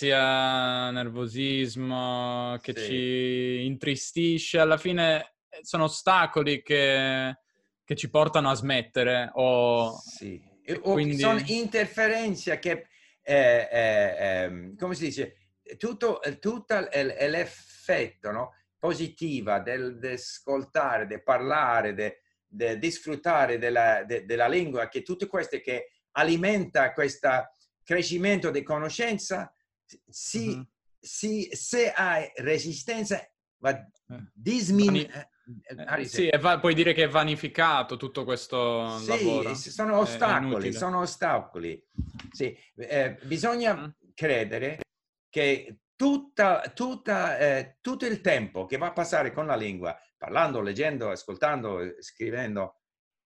ansia, nervosismo, che Sì, ci intristisce, alla fine eh, sono ostacoli che, che ci portano a smettere o sì. E- e O che sono quindi interferenze che, eh, eh, ehm, come si dice, tutto, eh, tutto l- l'effetto, no? Positiva del, del ascoltare, del parlare, del di sfruttare della, de- della lingua, che tutte queste che alimenta questo crescimento di conoscenza, Mhm. si, si, se hai resistenza, va Eh, dismin... vani- eh, how do eh, you sì, say? e va- puoi dire che è vanificato tutto questo Sì, lavoro, sono è, è ostacoli, inutile. sono ostacoli. Sì, eh, bisogna Mhm. credere che tutta, tutta, eh, tutto il tempo che va a passare con la lingua, parlando, leggendo, ascoltando, eh, scrivendo,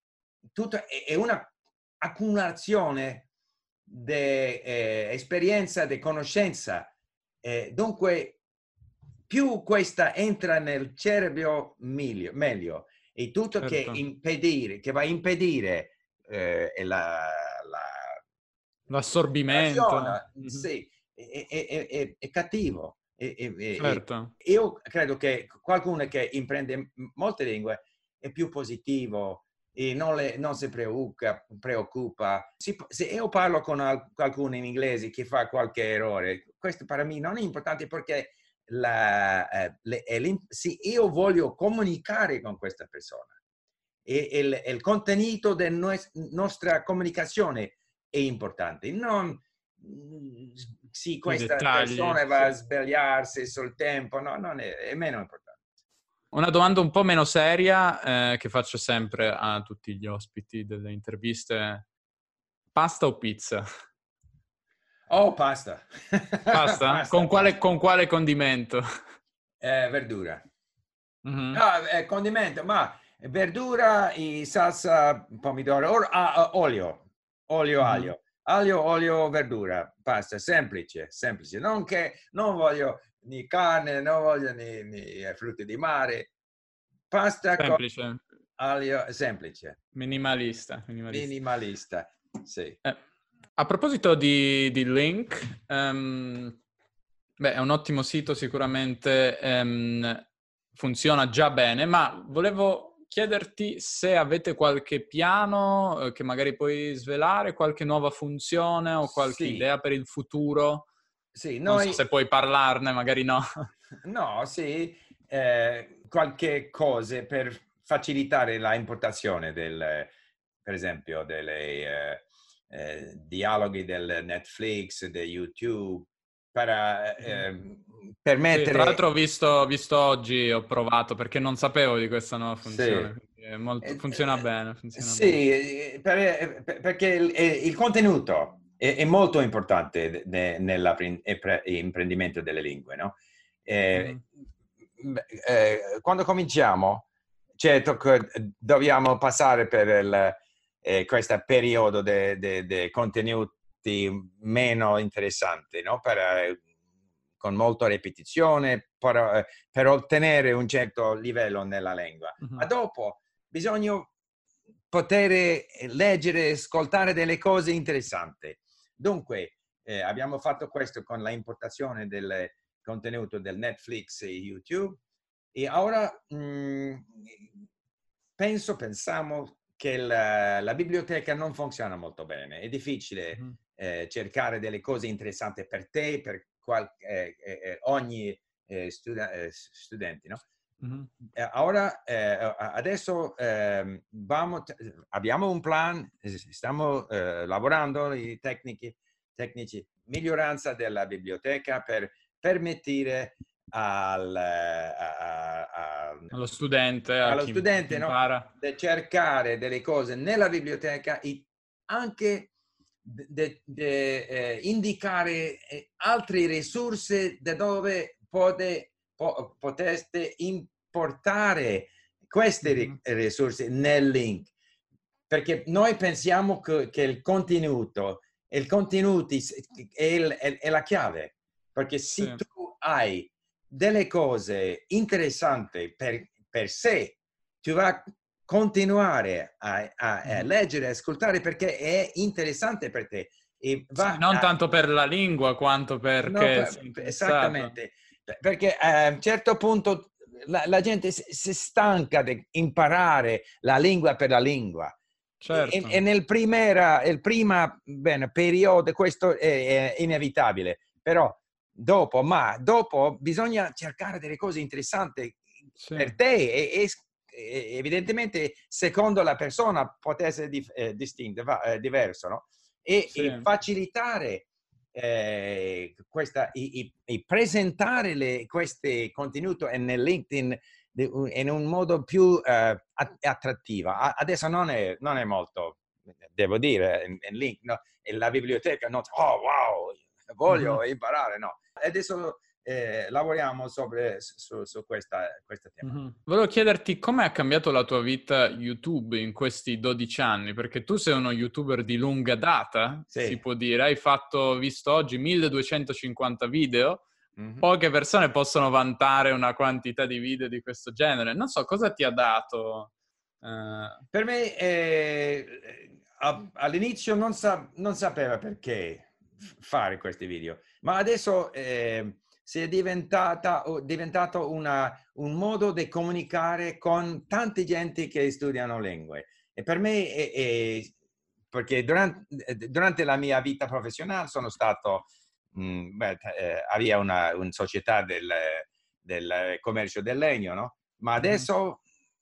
tutto è, è una accumulazione di eh, esperienza, di conoscenza. Eh, dunque, più questa entra nel cerebro, meglio. meglio e tutto che Certo, impedire, che va a impedire eh, la, la l'assorbimento. ragiona, Mhm. sì, è, è- è- è- è cattivo. E- e- e- Certo, io credo che qualcuno che imprende molte lingue è più positivo e non, le- non si preoccupa. preoccupa. Si- se io parlo con al- qualcuno in inglese che fa qualche errore, questo per me non è importante perché la, eh, le- è l'im- sì, io voglio comunicare con questa persona e, e il, e il contenuto della nostra comunicazione è importante. Non mm, sì, i questa dettagli. persona va Sì. a svegliarsi sul tempo, no, non è, è meno importante. Una domanda un po' meno seria, eh, che faccio sempre a tutti gli ospiti delle interviste. Pasta o pizza? Oh, pasta. Pasta? Pasta, Con quale, pasta. con quale condimento? Eh, verdura. Mhm, Ah, eh, condimento, ma verdura e salsa pomodoro, or- ah, ah, olio, olio, mhm. aglio, aglio, olio, verdura, pasta, semplice, semplice. Non che non voglio né carne, non voglio né, né frutti di mare, pasta con Semplice, aglio, semplice, minimalista, minimalista. minimalista, sì. Eh, a proposito di, di Link, ehm, beh, è un ottimo sito sicuramente, ehm, funziona già bene, ma volevo chiederti se avete qualche piano, eh, che magari puoi svelare, qualche nuova funzione o qualche Sì, idea per il futuro. sì, Non so noi se puoi parlarne, magari no. no, sì, eh, qualche cosa per facilitare la importazione del, per esempio, dei eh, dialoghi del Netflix, di YouTube, per Mhm. eh, Sì, tra permettere, l'altro ho visto, visto oggi, ho provato perché non sapevo di questa nuova sì, funzione. Quindi è molto- eh, funziona eh, bene, funziona bene. sì, eh, per- per- perché il, eh, il contenuto è, è molto importante ne- nell'imprendimento delle lingue, no? Eh, Mhm. beh, eh, quando cominciamo, certo che dobbiamo passare per il, eh, questo periodo di contenuti meno interessanti, no? Per, eh, con molta ripetizione, per, eh, per ottenere un certo livello nella lingua. Ma Mhm. dopo bisogna poter leggere e ascoltare delle cose interessanti. Dunque, eh, abbiamo fatto questo con la importazione del contenuto del Netflix e YouTube e ora mh, penso, pensiamo che la, la biblioteca non funziona molto bene. È difficile Mhm. eh, cercare delle cose interessanti per te, per qual, eh, eh, ogni eh, studi- eh, studente, no? Mhm. Eh, ora, eh, adesso eh, vamos, abbiamo un plan, stiamo eh, lavorando i tecnici, tecnici, miglioranza della biblioteca per permettere al, a, a, Allo studente, a allo chi, a chi studente, no, impara. di cercare delle cose nella biblioteca e anche di eh, indicare eh, altre risorse da dove pote, po, poteste importare queste Mhm. risorse nel link. Perché noi pensiamo che, che il contenuto, il contenuti è, il, è, è la chiave. Perché Sì, se tu hai delle cose interessanti per, per sé, tu vai a continuare a, a, a Mhm. leggere e ascoltare perché è interessante per te. E Sì, va non a- tanto per la lingua quanto no, perché per- sei per- interessato. esattamente, Per- perché a un certo punto la, la gente si, si stanca di imparare la lingua per la lingua. E, e- e Certo. nel primera, il prima bene, periodo questo è, è inevitabile, però dopo, ma dopo bisogna cercare delle cose interessanti Sì. per te e, e- e evidentemente secondo la persona può essere dif- eh, distinto, va- eh, diverso, no? E, Sì. e facilitare eh, questa, i, i- i presentare le, questi contenuti nel LinkedIn in un modo più eh, attrattivo. Adesso non è, non è molto, devo dire, in, in link, no? E la biblioteca, no? Oh wow, voglio Mhm. imparare, no? Adesso eh, lavoriamo sobre, su, su questa, questo tema. Mhm. Volevo chiederti come ha cambiato la tua vita YouTube in questi dodici anni, perché tu sei uno YouTuber di lunga data, si Sì. può dire, hai fatto, visto oggi, milleduecentocinquanta video, Mm-hmm. poche persone possono vantare una quantità di video di questo genere. Non so, cosa ti ha dato? eh, Per me eh, all'inizio non, sa, non sapeva perché fare questi video, ma adesso eh, si è diventata, diventato una, un modo di comunicare con tante gente che studiano lingue. E per me, è, è, perché durante, durante la mia vita professionale sono stato, mh, beh, eh, aveva una, una società del, del commercio del legno, no? Ma mhm. adesso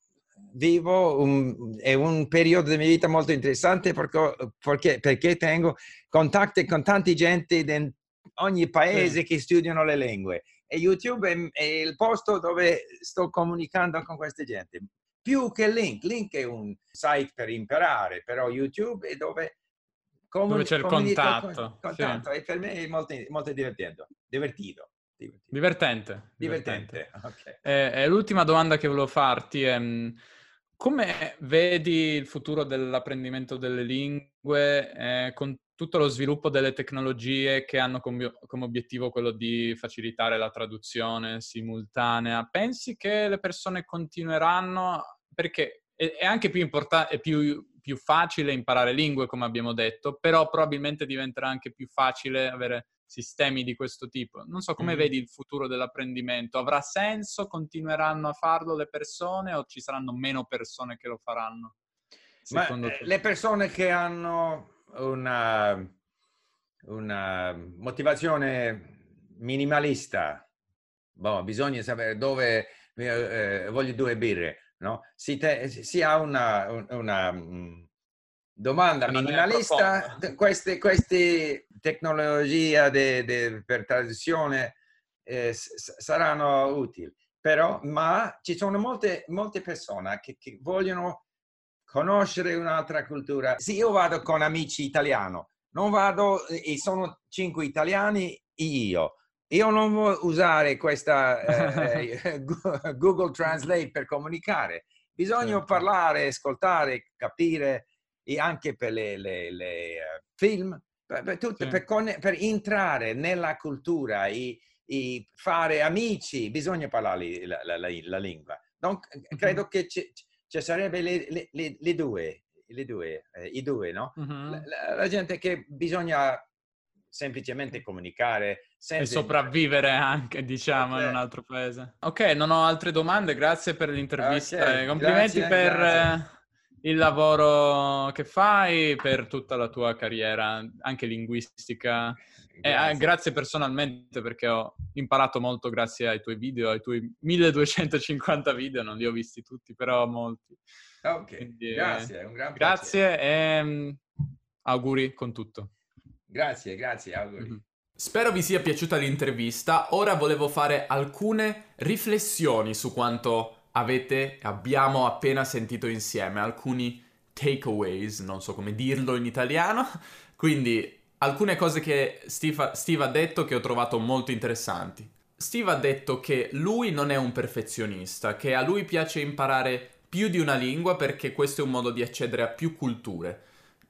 vivo un, è un periodo della mia vita molto interessante perché, perché, perché tengo contatti con tanta gente in ogni Sì. paese che studiano le lingue e YouTube è, è il posto dove sto comunicando con questa gente più che Link. Link è un site per imparare, però YouTube è dove Dove comuni- c'è il comunico con, contatto, con sì. tanto e per me è molto, molto divertito, divertito, divertito. Divertente, divertente. Divertente, ok. E, e l'ultima domanda che volevo farti è mh, come vedi il futuro dell'apprendimento delle lingue eh, con tutto lo sviluppo delle tecnologie che hanno come, come obiettivo quello di facilitare la traduzione simultanea? Pensi che le persone continueranno? Perché è, è anche più importante, è più, più facile imparare lingue, come abbiamo detto, però probabilmente diventerà anche più facile avere sistemi di questo tipo. Non so come Mm-hmm. vedi il futuro dell'apprendimento. Avrà senso? Continueranno a farlo le persone o ci saranno meno persone che lo faranno? Ma Secondo eh, te? le persone che hanno una, una motivazione minimalista, boh, bisogna sapere dove eh, eh, voglio due birre, no? Si, te- si ha una, una mh, domanda Che non è minimalista, profonda. queste, queste tecnologie de- de- per traduzione eh, s- saranno utili, però, ma ci sono molte, molte persone che, che vogliono conoscere un'altra cultura. Se io vado con amici italiani, non vado e sono cinque italiani io. Io non voglio usare questa eh, Google Translate per comunicare. Bisogna Certo. parlare, ascoltare, capire e anche per le, le, le uh, film, per, per, tutte, Sì. per, con, per entrare nella cultura e, e fare amici, bisogna parlare la, la, la, la lingua. Non, Mhm. credo che ci, ci sarebbe le, le, le, le due, le due eh, i due, no? La, Mhm. la, la gente che bisogna semplicemente comunicare E senza... sopravvivere anche, diciamo, in un Ok, altro paese. Ok, non ho altre domande. Grazie per l'intervista e ok, complimenti grazie, per grazie. eh, il lavoro che fai, per tutta la tua carriera, anche linguistica. E eh, Grazie. grazie personalmente perché ho imparato molto grazie ai tuoi video, ai tuoi milleduecentocinquanta video, non li ho visti tutti, però molti. Ok, Quindi eh, grazie, è un gran piacere. grazie e mm, auguri con tutto. Grazie, grazie, auguri. Mhm. Spero vi sia piaciuta l'intervista. Ora volevo fare alcune riflessioni su quanto avete, abbiamo appena sentito insieme, alcuni takeaways, non so come dirlo in italiano. Quindi alcune cose che Steve, Steve ha detto che ho trovato molto interessanti. Steve ha detto che lui non è un perfezionista, che a lui piace imparare più di una lingua perché questo è un modo di accedere a più culture.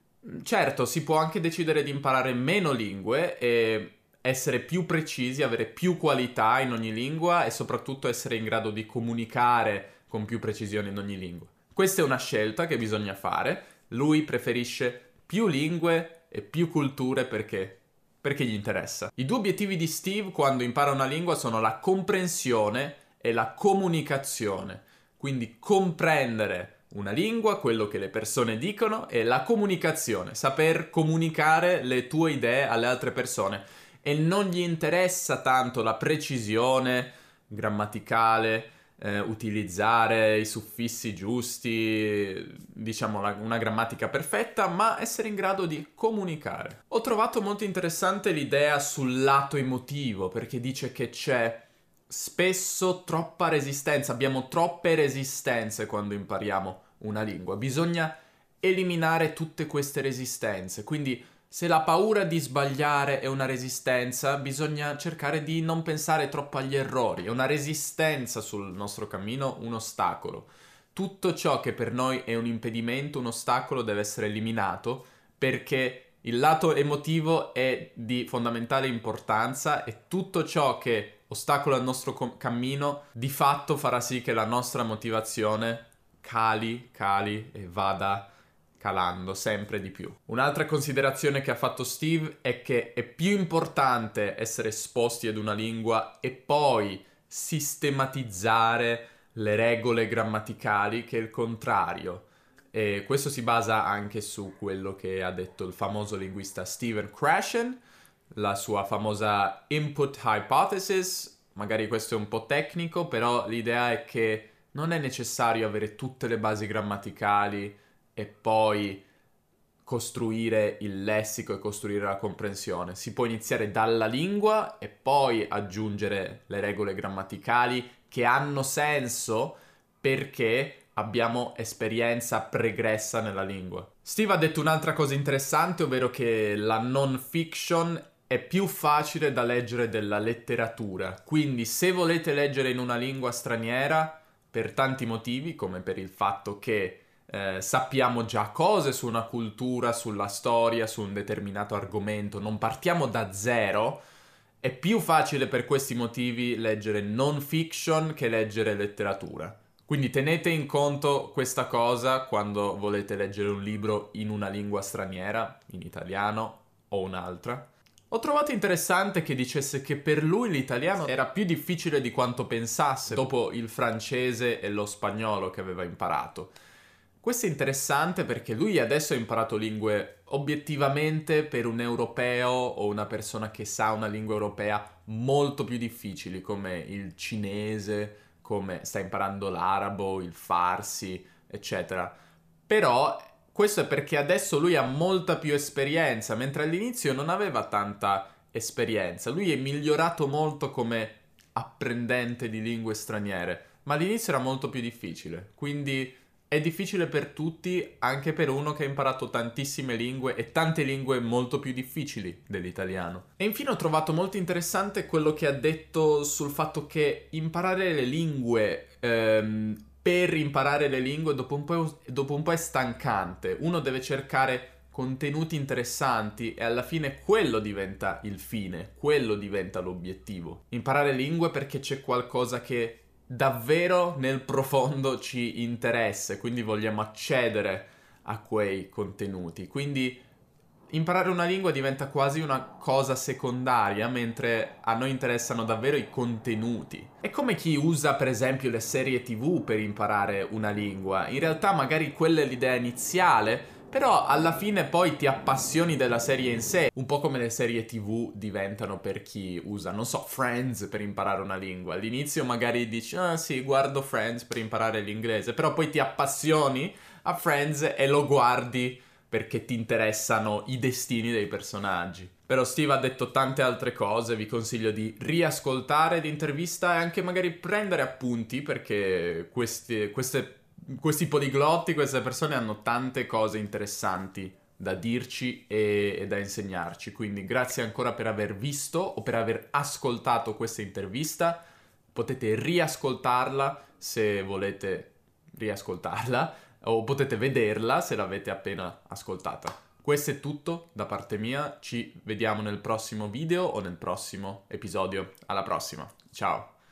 Certo, si può anche decidere di imparare meno lingue e essere più precisi, avere più qualità in ogni lingua e soprattutto essere in grado di comunicare con più precisione in ogni lingua. Questa è una scelta che bisogna fare. Lui preferisce più lingue e più culture perché, perché gli interessa. I due obiettivi di Steve quando impara una lingua sono la comprensione e la comunicazione. Quindi comprendere una lingua, quello che le persone dicono, e la comunicazione, saper comunicare le tue idee alle altre persone. E non gli interessa tanto la precisione grammaticale, eh, utilizzare i suffissi giusti, diciamo la, una grammatica perfetta, ma essere in grado di comunicare. Ho trovato molto interessante l'idea sul lato emotivo, perché dice che c'è spesso troppa resistenza, abbiamo troppe resistenze quando impariamo una lingua. Bisogna eliminare tutte queste resistenze, quindi se la paura di sbagliare è una resistenza, bisogna cercare di non pensare troppo agli errori. È una resistenza sul nostro cammino, un ostacolo. Tutto ciò che per noi è un impedimento, un ostacolo, deve essere eliminato, perché il lato emotivo è di fondamentale importanza e tutto ciò che ostacola il nostro com- cammino di fatto farà sì che la nostra motivazione cali, cali e vada calando sempre di più. Un'altra considerazione che ha fatto Steve è che è più importante essere esposti ad una lingua e poi sistematizzare le regole grammaticali che il contrario. E questo si basa anche su quello che ha detto il famoso linguista Stephen Krashen, la sua famosa input hypothesis. Magari questo è un po' tecnico, però l'idea è che non è necessario avere tutte le basi grammaticali e poi costruire il lessico e costruire la comprensione. Si può iniziare dalla lingua e poi aggiungere le regole grammaticali che hanno senso perché abbiamo esperienza pregressa nella lingua. Steve ha detto un'altra cosa interessante, ovvero che la non fiction è più facile da leggere della letteratura. Quindi se volete leggere in una lingua straniera, per tanti motivi, come per il fatto che eh, sappiamo già cose su una cultura, sulla storia, su un determinato argomento, non partiamo da zero, è più facile per questi motivi leggere non fiction che leggere letteratura. Quindi tenete in conto questa cosa quando volete leggere un libro in una lingua straniera, in italiano o un'altra. Ho trovato interessante che dicesse che per lui l'italiano era più difficile di quanto pensasse dopo il francese e lo spagnolo che aveva imparato. Questo è interessante perché lui adesso ha imparato lingue obiettivamente per un europeo o una persona che sa una lingua europea molto più difficili, come il cinese, come sta imparando l'arabo, il farsi, eccetera. Però questo è perché adesso lui ha molta più esperienza, mentre all'inizio non aveva tanta esperienza. Lui è migliorato molto come apprendente di lingue straniere, ma all'inizio era molto più difficile. Quindi è difficile per tutti, anche per uno che ha imparato tantissime lingue e tante lingue molto più difficili dell'italiano. E infine ho trovato molto interessante quello che ha detto sul fatto che imparare le lingue ehm, per imparare le lingue dopo un po', dopo un po' è stancante. Uno deve cercare contenuti interessanti e alla fine quello diventa il fine, quello diventa l'obiettivo. Imparare lingue perché c'è qualcosa che davvero nel profondo ci interessa, quindi vogliamo accedere a quei contenuti. Quindi imparare una lingua diventa quasi una cosa secondaria, mentre a noi interessano davvero i contenuti. È come chi usa per esempio le serie tivù per imparare una lingua. In realtà magari quella è l'idea iniziale, però alla fine poi ti appassioni della serie in sé, un po' come le serie tivù diventano per chi usa, non so, Friends per imparare una lingua. All'inizio magari dici, ah sì, guardo Friends per imparare l'inglese, però poi ti appassioni a Friends e lo guardi perché ti interessano i destini dei personaggi. Però Steve ha detto tante altre cose, vi consiglio di riascoltare l'intervista e anche magari prendere appunti, perché questi, queste... Questi poliglotti, queste persone hanno tante cose interessanti da dirci e, e da insegnarci. Quindi grazie ancora per aver visto o per aver ascoltato questa intervista. Potete riascoltarla se volete riascoltarla o potete vederla se l'avete appena ascoltata. Questo è tutto da parte mia. Ci vediamo nel prossimo video o nel prossimo episodio. Alla prossima. Ciao.